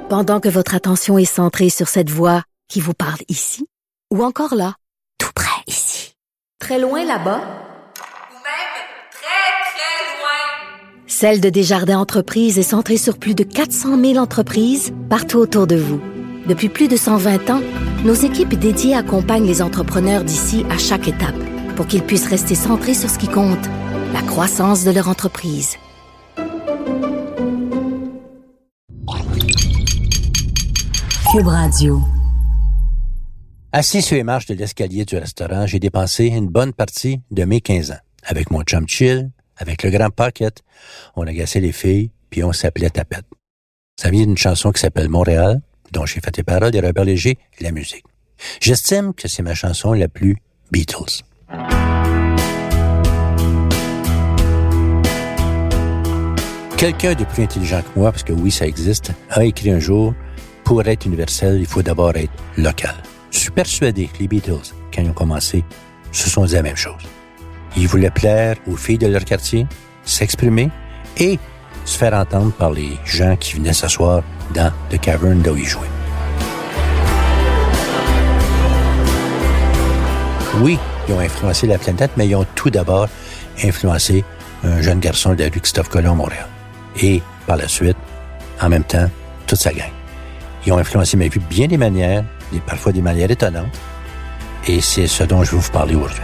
Pendant que votre attention est centrée sur cette voix qui vous parle ici, ou encore là, tout près ici, très loin là-bas, ou même très, très loin. Celle de Desjardins Entreprises est centrée sur plus de 400 000 entreprises partout autour de vous. Depuis plus de 120 ans, nos équipes dédiées accompagnent les entrepreneurs d'ici à chaque étape pour qu'ils puissent rester centrés sur ce qui compte, la croissance de leur entreprise. Cube Radio. Assis sur les marches de l'escalier du restaurant, j'ai dépensé une bonne partie de mes 15 ans. Avec mon chum chill, avec le grand pocket, on agaçait les filles, puis on s'appelait tapette. Ça vient d'une chanson qui s'appelle Montréal, dont j'ai fait les paroles et Robert Léger et la musique. J'estime que c'est ma chanson la plus Beatles. Quelqu'un de plus intelligent que moi, parce que oui, ça existe, a écrit un jour « Pour être universel, il faut d'abord être local ». Je suis persuadé que les Beatles, quand ils ont commencé, se sont dit la même chose. Ils voulaient plaire aux filles de leur quartier, s'exprimer et se faire entendre par les gens qui venaient s'asseoir dans The Cavern d'où ils jouaient. Oui, ils ont influencé la planète, mais ils ont tout d'abord influencé un jeune garçon de la rue Christophe Colomb à Montréal. Et par la suite, en même temps, toute sa gang. Ils ont influencé ma vie de bien des manières, parfois des manières étonnantes. Et c'est ce dont je vais vous parler aujourd'hui.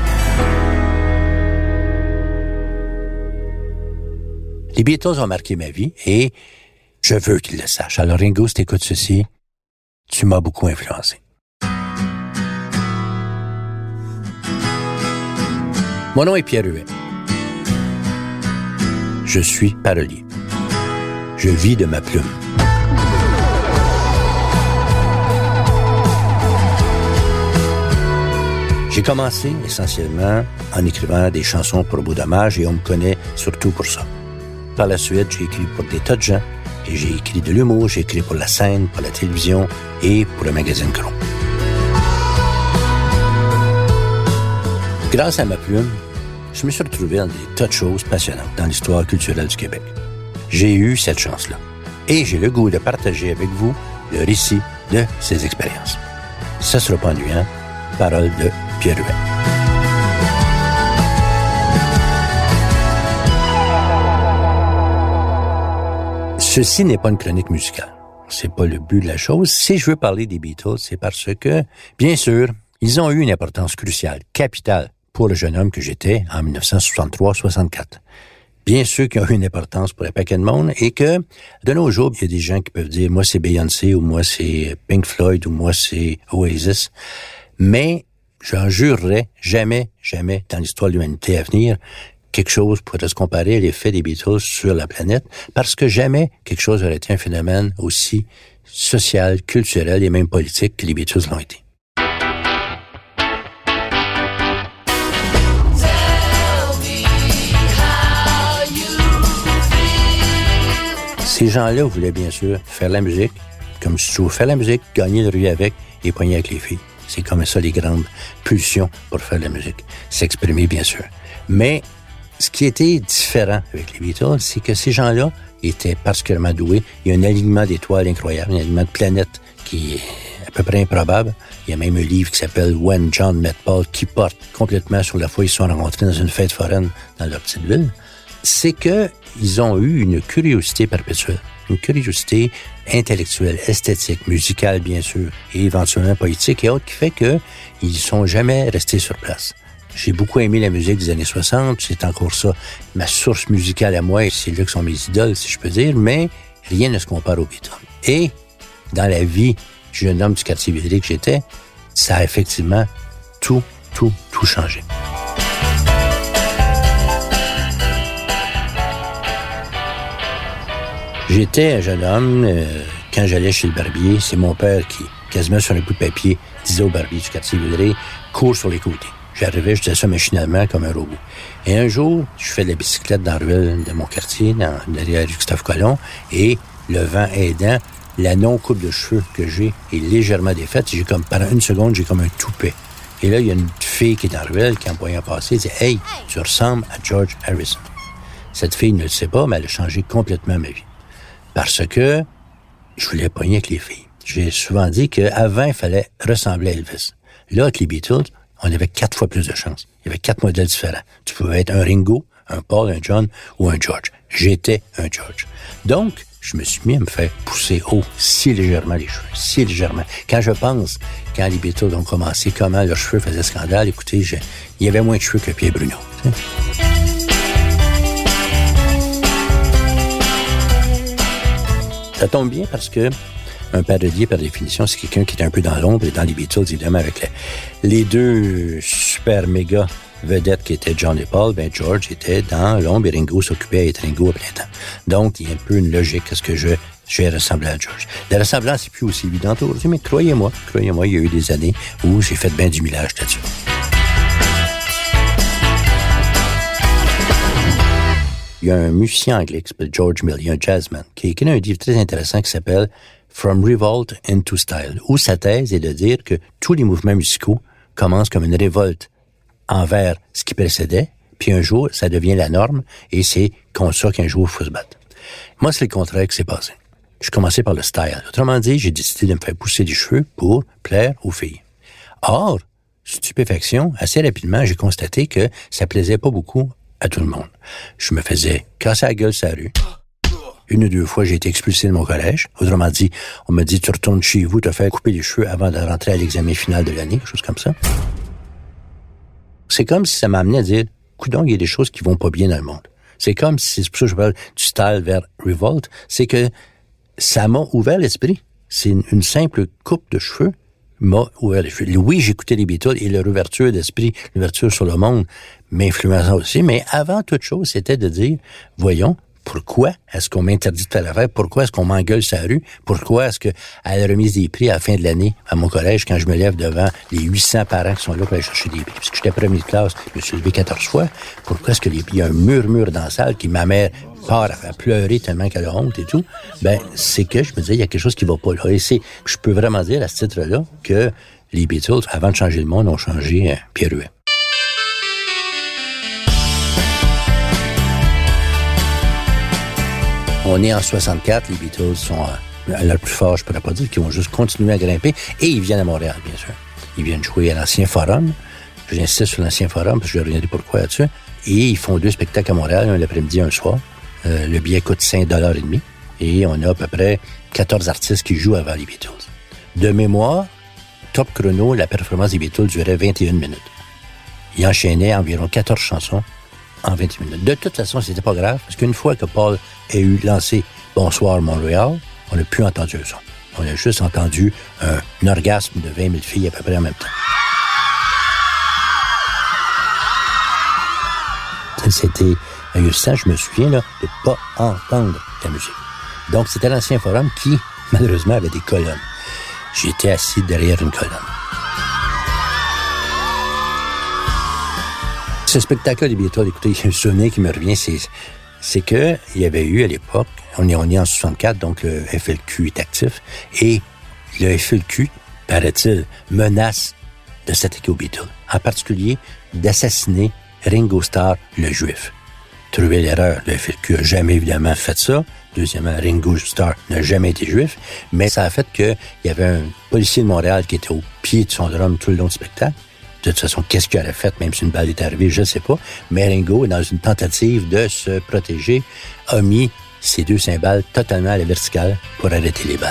Les Beatles ont marqué ma vie et je veux qu'ils le sachent. Alors Ringo, si t'écoutes ceci, tu m'as beaucoup influencé. Mon nom est Pierre Huet. Je suis parolier. Je vis de ma plume. J'ai commencé essentiellement en écrivant des chansons pour Beau Dommage et on me connaît surtout pour ça. Par la suite, j'ai écrit pour des tas de gens et j'ai écrit de l'humour, j'ai écrit pour la scène, pour la télévision et pour le magazine Chrome. Grâce à ma plume, je me suis retrouvé dans des tas de choses passionnantes dans l'histoire culturelle du Québec. J'ai eu cette chance-là. Et j'ai le goût de partager avec vous le récit de ces expériences. Ça sera pas ennuyant. Parole de Pierre Huet. Ceci n'est pas une chronique musicale. C'est pas le but de la chose. Si je veux parler des Beatles, c'est parce que, bien sûr, ils ont eu une importance cruciale, capitale, pour le jeune homme que j'étais en 1963-64. Bien sûr qu'ils ont eu une importance pour un paquet de monde et que, de nos jours, il y a des gens qui peuvent dire « moi, c'est Beyoncé » ou « moi, c'est Pink Floyd » ou « moi, c'est Oasis ». Mais j'en jurerais jamais, jamais, dans l'histoire de l'humanité à venir, quelque chose pourrait se comparer à l'effet des Beatles sur la planète, parce que jamais quelque chose aurait été un phénomène aussi social, culturel et même politique que les Beatles l'ont été. Ces gens-là voulaient bien sûr faire la musique, comme je trouve, faire la musique, gagner le riz avec et poigner avec les filles. C'est comme ça les grandes pulsions pour faire la musique. S'exprimer, bien sûr. Mais ce qui était différent avec les Beatles, c'est que ces gens-là étaient particulièrement doués. Il y a un alignement d'étoiles incroyable, un alignement de planètes qui est à peu près improbable. Il y a même un livre qui s'appelle When John Met Paul qui porte complètement sur la fois ils se sont rencontrés dans une fête foraine dans leur petite ville. C'est que ils ont eu une curiosité perpétuelle, une curiosité intellectuelle, esthétique, musicale bien sûr, et éventuellement politique et autres, qui fait que ils sont jamais restés sur place. J'ai beaucoup aimé la musique des années 60, c'est encore ça, ma source musicale à moi, et c'est là que sont mes idoles, si je peux dire, mais rien ne se compare aux Beatles. Et dans la vie du jeune homme du quartier Villeray que j'étais, ça a effectivement tout changé. J'étais un jeune homme, quand j'allais chez le barbier, c'est mon père qui, quasiment sur un bout de papier, disait au barbier du quartier Villeray, cours sur les côtés. J'arrivais, je disais ça machinalement comme un robot. Et un jour, je fais de la bicyclette dans la ruelle de mon quartier, derrière la rue Christophe Colomb, et le vent aidant, la non-coupe de cheveux que j'ai est légèrement défaite. J'ai comme, pendant une seconde, j'ai comme un toupet. Et là, il y a une fille qui est dans la ruelle, qui en voyant passer, elle dit « Hey, tu ressembles à George Harrison. » Cette fille ne le sait pas, mais elle a changé complètement ma vie. Parce que je voulais pogner avec les filles. J'ai souvent dit qu'avant, il fallait ressembler à Elvis. Là, avec les Beatles, on avait 4 fois plus de chance. Il y avait 4 modèles différents. Tu pouvais être un Ringo, un Paul, un John ou un George. J'étais un George. Donc, je me suis mis à me faire pousser haut, si légèrement les cheveux, si légèrement. Quand je pense, quand les Beatles ont commencé, comment leurs cheveux faisaient scandale, écoutez, il y avait moins de cheveux que Pierre Bruno. Ça tombe bien parce que un parolier, par définition, c'est quelqu'un qui est un peu dans l'ombre. Et dans les Beatles, évidemment, avec les deux super méga vedettes qui étaient John et Paul, ben George était dans l'ombre et Ringo s'occupait à être Ringo à plein temps. Donc, il y a un peu une logique à ce que je vais ressembler à George. La ressemblance n'est plus aussi évidente aujourd'hui, mais croyez-moi, il y a eu des années où j'ai fait bien du millage là-dessus. Il y a un musicien anglais qui s'appelle George Mill, il y a un jazzman, qui a écrit un livre très intéressant qui s'appelle From Revolt into Style, où sa thèse est de dire que tous les mouvements musicaux commencent comme une révolte envers ce qui précédait, puis un jour, ça devient la norme, et c'est comme ça qu'un jour, il faut se battre. Moi, c'est le contraire qui s'est passé. Je commençais par le style. Autrement dit, j'ai décidé de me faire pousser des cheveux pour plaire aux filles. Or, stupéfaction, assez rapidement, j'ai constaté que ça plaisait pas beaucoup à tout le monde. Je me faisais casser la gueule sur la rue. 1 ou 2 fois, j'ai été expulsé de mon collège. Autrement dit, on m'a dit, tu retournes chez vous, te faire couper les cheveux avant de rentrer à l'examen final de l'année, quelque chose comme ça. C'est comme si ça m'amenait à dire, coudonc, il y a des choses qui vont pas bien dans le monde. C'est comme si, c'est pour ça que je parle du style vers revolt, c'est que ça m'a ouvert l'esprit. C'est une simple coupe de cheveux m'a ouvert les cheveux. Oui, j'écoutais les Beatles et leur ouverture d'esprit, l'ouverture sur le monde m'influençait aussi, mais avant toute chose, c'était de dire, voyons, pourquoi est-ce qu'on m'interdit de faire l'affaire? Pourquoi est-ce qu'on m'engueule sur la rue? Pourquoi est-ce que, à la remise des prix à la fin de l'année, à mon collège, quand je me lève devant les 800 parents qui sont là pour aller chercher des prix, parce que j'étais premier de classe, je me suis levé 14 fois, pourquoi est-ce que il y a un murmure dans la salle qui, ma mère part à pleurer tellement qu'elle a honte et tout? Ben, c'est que je me disais, il y a quelque chose qui va pas là. Et je peux vraiment dire à ce titre-là que les Beatles, avant de changer le monde, ont changé Pierre Huet. On est en 64, les Beatles sont à leur plus fort, je pourrais pas dire, qu'ils vont juste continuer à grimper, et ils viennent à Montréal, bien sûr. Ils viennent jouer à l'Ancien Forum. J'insiste sur l'Ancien Forum, parce que je vais revenir pourquoi là-dessus. Et ils font 2 spectacles à Montréal, un l'après-midi, un soir. Le billet coûte 5,50 $, et on a à peu près 14 artistes qui jouent avant les Beatles. De mémoire, top chrono, la performance des Beatles durait 21 minutes. Ils enchaînaient environ 14 chansons en 20 minutes. De toute façon, c'était pas grave, parce qu'une fois que Paul a eu lancé Bonsoir Montréal, on n'a plus entendu le son. On a juste entendu un orgasme de 20 000 filles à peu près en même temps. C'était ahurissant, je me souviens là, de ne pas entendre la musique. Donc, c'était l'Ancien Forum qui, malheureusement, avait des colonnes. J'étais assis derrière une colonne. Ce spectacle-là des Beatles, écoutez, il y a un souvenir qui me revient, c'est que il y avait eu à l'époque, on est en 64, donc le FLQ est actif, et le FLQ, paraît-il, menace de s'attaquer aux Beatles, en particulier d'assassiner Ringo Starr, le Juif. Trouvez l'erreur, le FLQ a jamais évidemment fait ça. Deuxièmement, Ringo Starr n'a jamais été juif, mais ça a fait qu'il y avait un policier de Montréal qui était au pied de son drum tout le long du spectacle. De toute façon, qu'est-ce qu'il aurait fait, même si une balle est arrivée, je ne sais pas. Mais Ringo, dans une tentative de se protéger, a mis ses 2 cymbales totalement à la verticale pour arrêter les balles.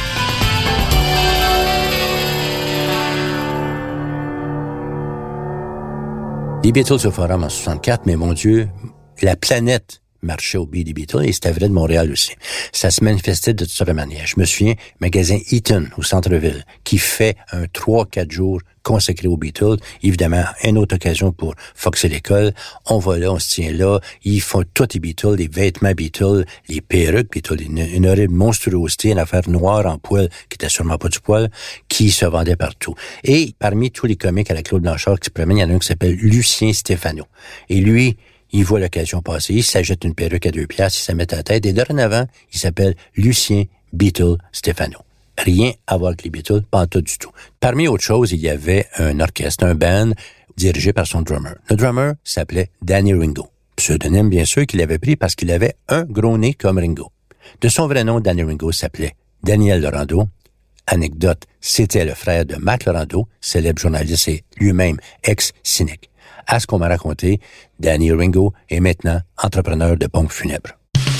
Les Beatles au Forum en 64, mais mon Dieu, la planète marchait au beat des Beatles et c'était vrai de Montréal aussi. Ça se manifestait de toutes sortes de manières. Je me souviens, magasin Eaton au centre-ville qui fait un 3-4 jours consacré aux Beatles. Évidemment, une autre occasion pour foxer l'école. On va là, on se tient là. Ils font tous les Beatles, les vêtements Beatles, les perruques Beatles, une horrible monstruosité, une affaire noire en poil qui était sûrement pas du poil, qui se vendait partout. Et parmi tous les comiques à la Claude Blanchard qui se promènent, il y en a un qui s'appelle Lucien Stéphano. Et lui, il voit l'occasion passer, il s'achète une perruque à 2 piastres, il se met à la tête, et dorénavant, il s'appelle Lucien Beatle Stéphano. Rien à voir avec les Beatles, pas tout du tout. Parmi autres choses, il y avait un orchestre, un band, dirigé par son drummer. Le drummer s'appelait Danny Ringo. Pseudonyme, bien sûr, qu'il avait pris parce qu'il avait un gros nez comme Ringo. De son vrai nom, Danny Ringo s'appelait Daniel Laurando. Anecdote, c'était le frère de Matt Laurando, célèbre journaliste et lui-même ex-cynique. À ce qu'on m'a raconté, Danny Ringo est maintenant entrepreneur de pompes funèbres.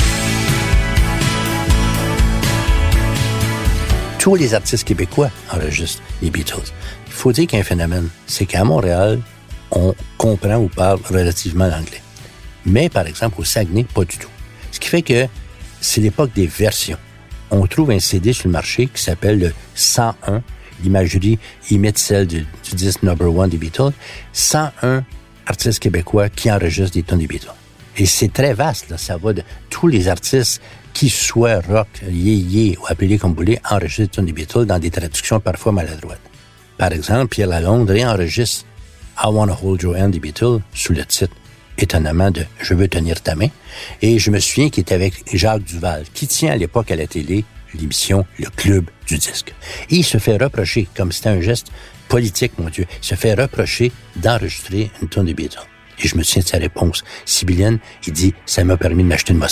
Tous les artistes québécois enregistrent les Beatles. Il faut dire qu'il y a un phénomène, c'est qu'à Montréal, on comprend ou parle relativement l'anglais. Mais, par exemple, au Saguenay, pas du tout. Ce qui fait que c'est l'époque des versions. On trouve un CD sur le marché qui s'appelle le 101. L'imagerie imite celle du disque number 1 des Beatles. 101 artistes québécois qui enregistrent des tonnes des Beatles. Et c'est très vaste, là. Ça va de tous les artistes qui soient rock, yé ou appelés comme vous voulez, enregistrent des tonnes des Beatles dans des traductions parfois maladroites. Par exemple, Pierre Lalonde réenregistre I Wanna Hold Your Hand des Beatles sous le titre étonnamment de « Je veux tenir ta main ». Et je me souviens qu'il était avec Jacques Duval, qui tient à l'époque à la télé l'émission Le Club du disque. Et il se fait reprocher, comme c'était un geste politique, mon Dieu, il se fait reprocher d'enregistrer une tonne de Beatles. Et je me souviens de sa réponse sibyllienne, il dit « Ça m'a permis de m'acheter une Mustang ».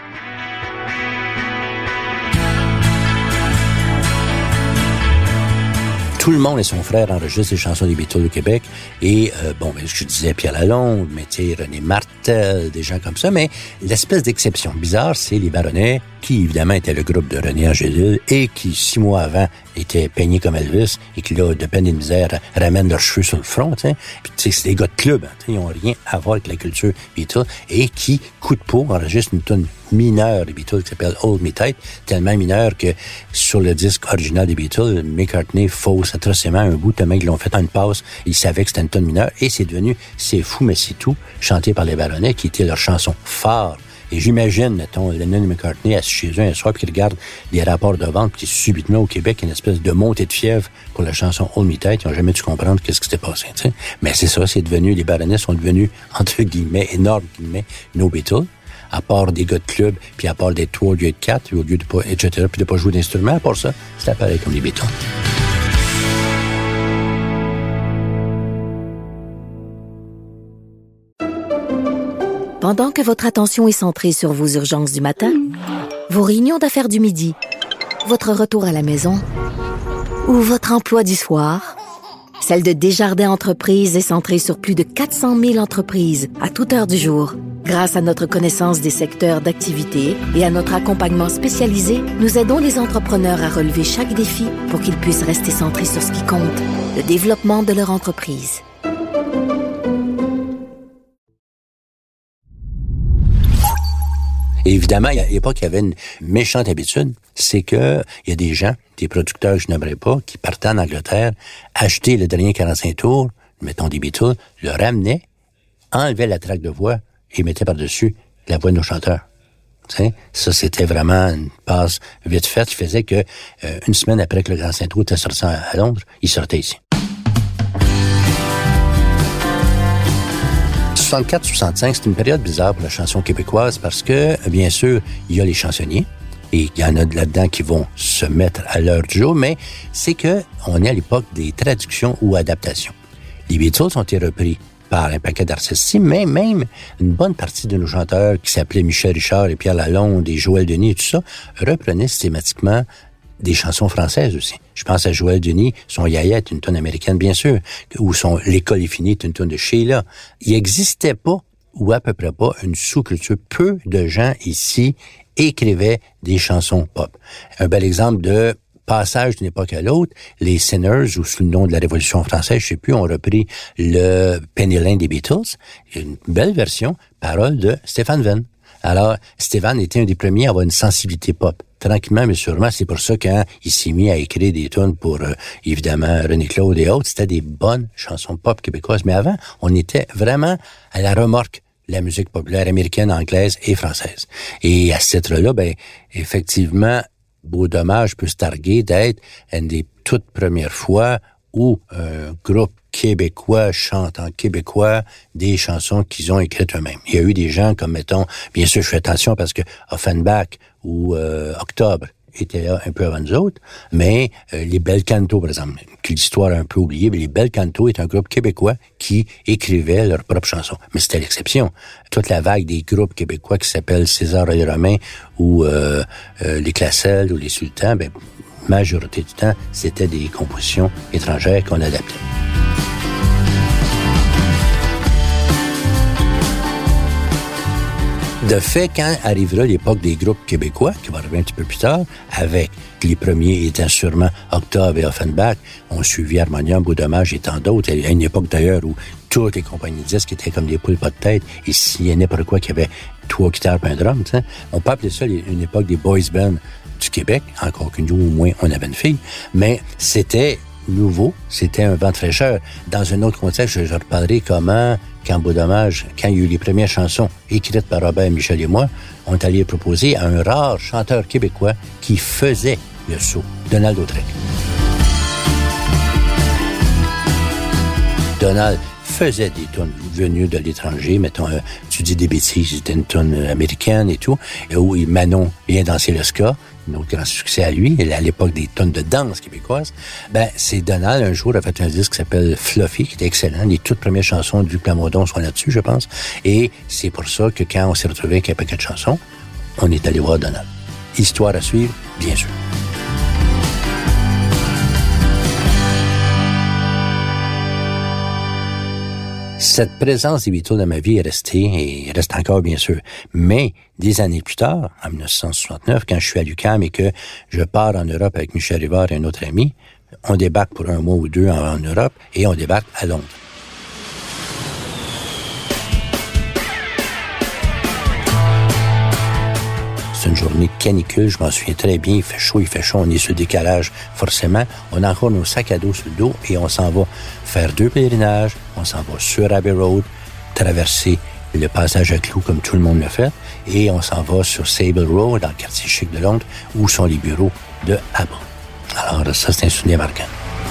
Tout le monde et son frère enregistrent les chansons des Beatles au Québec. Et, je disais Pierre Lalonde, mais tu sais, René Martel, des gens comme ça. Mais l'espèce d'exception bizarre, c'est les Baronnets, qui évidemment étaient le groupe de René Angélil et qui, 6 mois avant, étaient peignés comme Elvis et qui, là, de peine et de misère, ramènent leurs cheveux sur le front, tu sais. Puis, tu sais, c'est des gars de club, hein, ils n'ont rien à voir avec la culture Beatles et qui, coup de peau, enregistrent une tonne mineure des Beatles qui s'appelle Hold Me Tight, tellement mineure que sur le disque original des Beatles, McCartney fausse atrocement un bout, tellement qu'ils l'ont fait en une passe, ils savaient que c'était une tonne mineure et c'est devenu C'est fou mais c'est tout, chanté par les Baronnets, qui était leur chanson phare. Et j'imagine, mettons, Lennon et McCartney assis chez eux un soir puis qu'ils regardent les rapports de vente puis subitement au Québec, une espèce de montée de fièvre pour la chanson Hold Me Tight. Ils n'ont jamais dû comprendre qu'est-ce qui s'était passé, tu sais. Mais c'est ça, c'est devenu, les Baronnets sont devenus, entre guillemets, énormes guillemets, nos Beatles. À part des gars de club, puis à part d'être 3 au lieu de 4, au lieu de pas, etc., puis de pas jouer d'instruments, à part ça, c'est pareil comme les Beatles. Pendant que votre attention est centrée sur vos urgences du matin, vos réunions d'affaires du midi, votre retour à la maison ou votre emploi du soir, celle de Desjardins Entreprises est centrée sur plus de 400 000 entreprises à toute heure du jour. Grâce à notre connaissance des secteurs d'activité et à notre accompagnement spécialisé, nous aidons les entrepreneurs à relever chaque défi pour qu'ils puissent rester centrés sur ce qui compte, le développement de leur entreprise. Et évidemment, à l'époque, il y avait une méchante habitude, c'est que il y a des gens, des producteurs que je n'aimerais pas, qui partaient en Angleterre, achetaient le dernier 45 tours, mettons des Beatles, le ramenaient, enlevaient la traque de voix et mettaient par-dessus la voix de nos chanteurs. T'sais, ça, c'était vraiment une passe vite faite qui faisait que une semaine après que le Grand Saint-Trou était sorti à Londres, il sortait ici. 64-65, c'est une période bizarre pour la chanson québécoise parce que, bien sûr, il y a les chansonniers et il y en a là-dedans qui vont se mettre à l'heure du jour, mais c'est que on est à l'époque des traductions ou adaptations. Les Beatles ont été repris par un paquet d'artistes, mais même une bonne partie de nos chanteurs qui s'appelaient Michel Richard et Pierre Lalonde et Joël Denis et tout ça, reprenaient systématiquement des chansons françaises aussi. Je pense à Joël Denis, son Yaya est une tonne américaine, bien sûr, ou son L'école est finie est une tonne de Sheila. Il n'existait pas, ou à peu près pas, une sous-culture. Peu de gens ici écrivaient des chansons pop. Un bel exemple de passage d'une époque à l'autre, les Sinners, ou sous le nom de la Révolution française, je sais plus, ont repris le Penny Lane des Beatles, une belle version, parole de Stéphane Venn. Alors, Stéphane était un des premiers à avoir une sensibilité pop. Tranquillement, mais sûrement, c'est pour ça qu'il s'est mis à écrire des tunes pour, évidemment, René Claude et autres. C'était des bonnes chansons pop québécoises. Mais avant, on était vraiment à la remorque de la musique populaire américaine, anglaise et française. Et à ce titre-là, effectivement, Beau Dommage peut se targuer d'être une des toutes premières fois où un groupe québécois chante en québécois des chansons qu'ils ont écrites eux-mêmes. Il y a eu des gens comme, mettons, bien sûr, je fais attention parce que Offenbach ou Octobre étaient là un peu avant nous autres, mais les Bel Canto, par exemple, que l'histoire a un peu oubliée, mais les Bel Canto est un groupe québécois qui écrivait leurs propres chansons. Mais c'était l'exception. Toute la vague des groupes québécois qui s'appellent César et les Romains ou les Classels ou les Sultans, ben, majorité du temps, c'était des compositions étrangères qu'on adaptait. De fait, quand arrivera l'époque des groupes québécois, qui va arriver un petit peu plus tard, avec les premiers étant sûrement Octave et Offenbach, ont suivi Harmonium, Beau Dommage et tant d'autres, à une époque d'ailleurs où toutes les compagnies de disques étaient comme des poules pas de tête, et s'il y a n'importe quoi qu'il y avait 3 guitares et un drum, t'sais, on peut appeler ça une époque des boys bands du Québec, encore que nous, au moins, on avait une fille, mais c'était nouveau, c'était un vent de fraîcheur. Dans un autre contexte, je reparlerai comment, quand Beau Dommage, quand il y a eu les premières chansons écrites par Robert, Michel et moi, on est allé proposer à un rare chanteur québécois qui faisait le saut, Donald Autrec. Donald faisait des tunes venues de l'étranger, mettons, tu dis des bêtises, c'était une tune américaine et tout, et où Manon vient danser le ska, un autre grand succès à lui, à l'époque des tunes de danse québécoises. Ben, c'est Donald, un jour, a fait un disque qui s'appelle Fluffy, qui était excellent. Les toutes premières chansons du Plamondon sont là-dessus, je pense. Et c'est pour ça que quand on s'est retrouvé avec un paquet de chansons, on est allé voir Donald. Histoire à suivre, bien sûr. Cette présence des Beatles dans ma vie est restée et reste encore, bien sûr. Mais des années plus tard, en 1969, quand je suis à l'UQAM et que je pars en Europe avec Michel Rivard et un autre ami, on débarque pour un mois ou deux en Europe et on débarque à Londres. C'est une journée de canicule, je m'en souviens très bien, il fait chaud, on est sur le décalage, forcément. On a encore nos sacs à dos sur le dos et on s'en va faire 2 pèlerinages, on s'en va sur Abbey Road, traverser le passage à Clous comme tout le monde l'a fait, et on s'en va sur Sable Road, dans le quartier chic de Londres, où sont les bureaux de ABBA. Alors ça, c'est un souvenir marquant.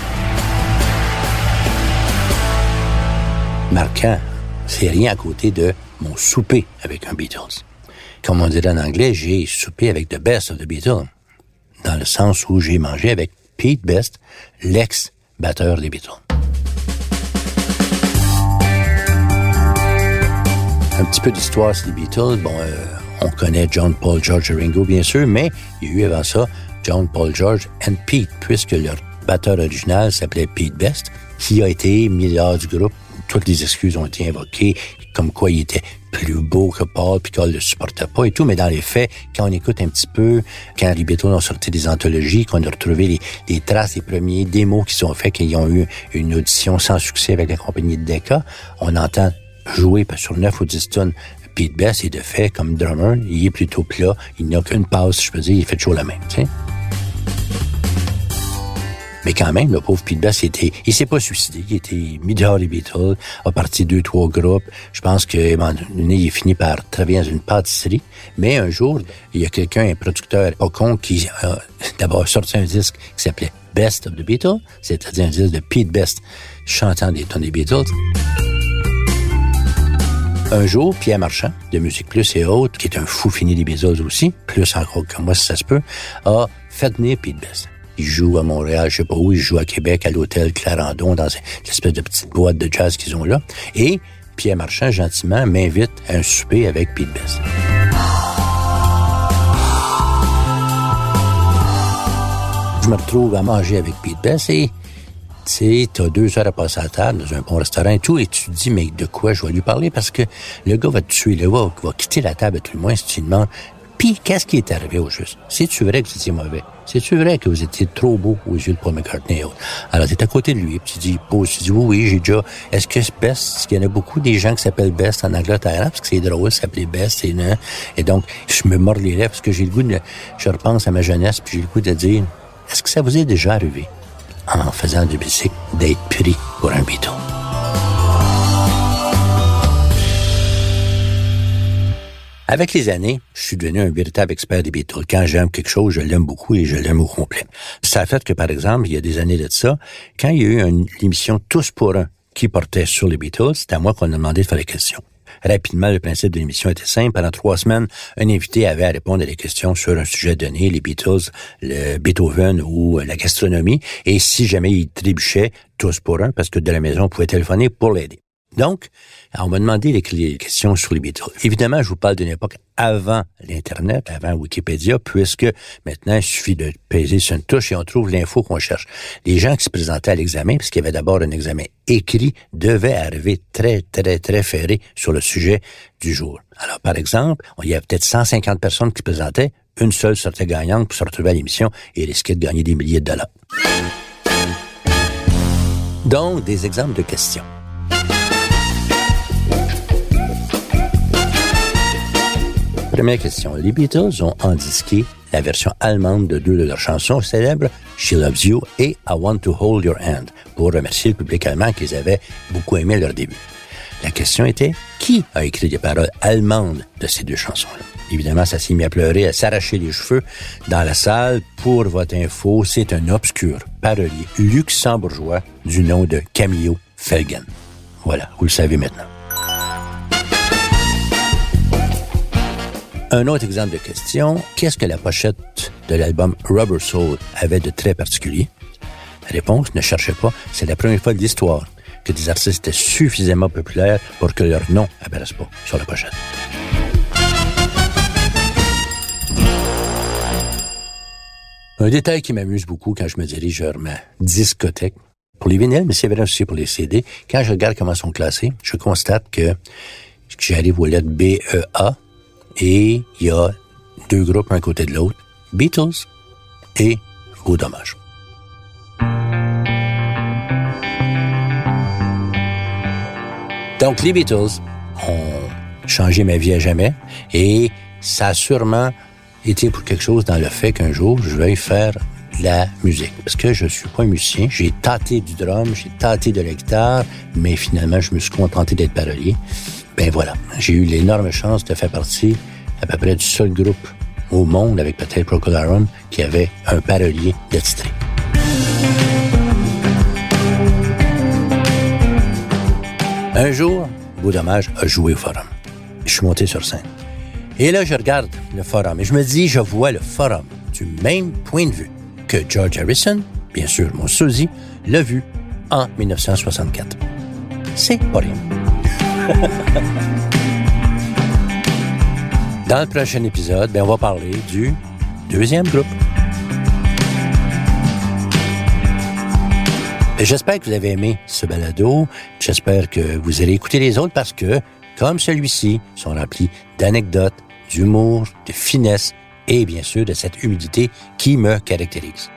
Marquant, c'est rien à côté de mon souper avec un Beatles. Comme on dirait en anglais, j'ai soupé avec the best of the Beatles, dans le sens où j'ai mangé avec Pete Best, l'ex-batteur des Beatles. Un petit peu d'histoire sur les Beatles. Bon, on connaît John, Paul, George et Ringo, bien sûr, mais il y a eu avant ça John, Paul, George and Pete, puisque leur batteur original s'appelait Pete Best, qui a été mis dehors du groupe. Toutes les excuses ont été invoquées, comme quoi il était plus beau que Paul, puis qu'on le supportait pas et tout, mais dans les faits, quand on écoute un petit peu, quand les Beatles ont sorti des anthologies, qu'on a retrouvé les traces des premiers démos qui sont faits, qu'ils ont eu une audition sans succès avec la compagnie de Decca, on entend jouer sur 9 ou 10 tonnes Pete Best, et de fait, comme drummer, il est plutôt plat, il n'a qu'une passe, je peux dire, il fait toujours la même, tu sais. Mais quand même, le pauvre Pete Best, il s'est pas suicidé. Il était mis dehors des Beatles, a parti 2-3 groupes. Je pense qu'à un moment donné, il finit par travailler dans une pâtisserie. Mais un jour, il y a quelqu'un, un producteur pas con, qui a d'abord sorti un disque qui s'appelait Best of the Beatles, c'est-à-dire un disque de Pete Best chantant des tonnes des Beatles. Un jour, Pierre Marchand, de Musique Plus et autres, qui est un fou fini des Beatles aussi, plus encore que moi si ça se peut, a fait venir Pete Best. Il joue à Montréal, je sais pas où, il joue à Québec, à l'hôtel Clarendon, dans une espèce de petite boîte de jazz qu'ils ont là. Et Pierre Marchand, gentiment, m'invite à un souper avec Pete Best. Je me retrouve à manger avec Pete Best et, tu sais, t'as 2 heures à passer à la table dans un bon restaurant et tout, et tu te dis, mais de quoi je vais lui parler? Parce que le gars va te tuer, le gars va quitter la table à tout le moins si tu lui demandes. Puis, qu'est-ce qui est arrivé au juste? C'est-tu vrai que vous étiez mauvais? C'est-tu vrai que vous étiez trop beau aux yeux de Paul McCartney et autres? Alors, t'es à côté de lui, puis tu dis, oui, j'ai déjà... Est-ce que c'est Best? Il y en a beaucoup des gens qui s'appellent Best en Angleterre, parce que c'est drôle, s'appeler Best, et donc, je me mords les lèvres, parce que j'ai le goût je repense à ma jeunesse, puis j'ai le goût de dire, est-ce que ça vous est déjà arrivé, en faisant du bicycle, d'être pris pour un Beatle? Avec les années, je suis devenu un véritable expert des Beatles. Quand j'aime quelque chose, je l'aime beaucoup et je l'aime au complet. Ça a fait que, par exemple, il y a des années de ça, quand il y a eu l'émission Tous pour un qui portait sur les Beatles, c'était à moi qu'on a demandé de faire les questions. Rapidement, le principe de l'émission était simple. Pendant 3 semaines, un invité avait à répondre à des questions sur un sujet donné, les Beatles, le Beethoven ou la gastronomie. Et si jamais il trébuchait, tous pour un, parce que de la maison, on pouvait téléphoner pour l'aider. Donc, on m'a demandé les questions sur les Beatles. Évidemment, je vous parle d'une époque avant l'Internet, avant Wikipédia, puisque maintenant, il suffit de peser sur une touche et on trouve l'info qu'on cherche. Les gens qui se présentaient à l'examen, parce qu'il y avait d'abord un examen écrit, devaient arriver très, très, très ferrés sur le sujet du jour. Alors, par exemple, il y avait peut-être 150 personnes qui se présentaient, une seule sortait gagnante pour se retrouver à l'émission et risquait de gagner des milliers de dollars. Donc, des exemples de questions. Première question. Les Beatles ont endisqué la version allemande de 2 de leurs chansons célèbres, She Loves You et I Want to Hold Your Hand, pour remercier le public allemand qu'ils avaient beaucoup aimé à leur début. La question était, qui a écrit les paroles allemandes de ces 2 chansons-là? Évidemment, ça s'est mis à pleurer, à s'arracher les cheveux dans la salle. Pour votre info, c'est un obscur parolier luxembourgeois du nom de Camillo Felgen. Voilà, vous le savez maintenant. Un autre exemple de question, qu'est-ce que la pochette de l'album Rubber Soul avait de très particulier? La réponse, ne cherchez pas, c'est la première fois de l'histoire que des artistes étaient suffisamment populaires pour que leur nom apparaisse pas sur la pochette. Un détail qui m'amuse beaucoup quand je me dirige vers ma discothèque, pour les vinyles, mais c'est vrai aussi pour les CD, quand je regarde comment ils sont classés, je constate que j'arrive aux lettres B, E, A, et il y a 2 groupes un côté de l'autre, Beatles et Beau Dommage. Donc, les Beatles ont changé ma vie à jamais et ça a sûrement été pour quelque chose dans le fait qu'un jour, je veuille faire de la musique. Parce que je suis pas un musicien. J'ai tâté du drum, j'ai tâté de la guitare, mais finalement, je me suis contenté d'être parolier. Ben voilà, j'ai eu l'énorme chance de faire partie à peu près du seul groupe au monde, avec peut-être Procol Harum, qui avait un parolier d'attitré. Un jour, Beau Dommage a joué au Forum. Je suis monté sur scène. Et là, je regarde le Forum et je me dis, je vois le Forum du même point de vue que George Harrison, bien sûr, mon sosie, l'a vu en 1964. C'est pas rien. Dans le prochain épisode, on va parler du 2e groupe. Et j'espère que vous avez aimé ce balado. J'espère que vous allez écouter les autres parce que, comme celui-ci, sont remplis d'anecdotes, d'humour, de finesse et bien sûr de cette humilité qui me caractérise.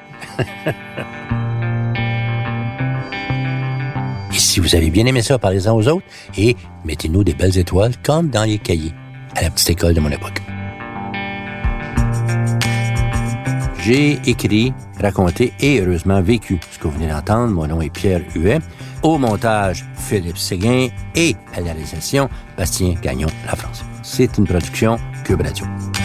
Et si vous avez bien aimé ça, parlez-en aux autres et mettez-nous des belles étoiles comme dans les cahiers à la petite école de mon époque. J'ai écrit, raconté et heureusement vécu ce que vous venez d'entendre. Mon nom est Pierre Huet. Au montage, Philippe Séguin et à la réalisation, Bastien Gagnon, La France. C'est une production Cube Radio.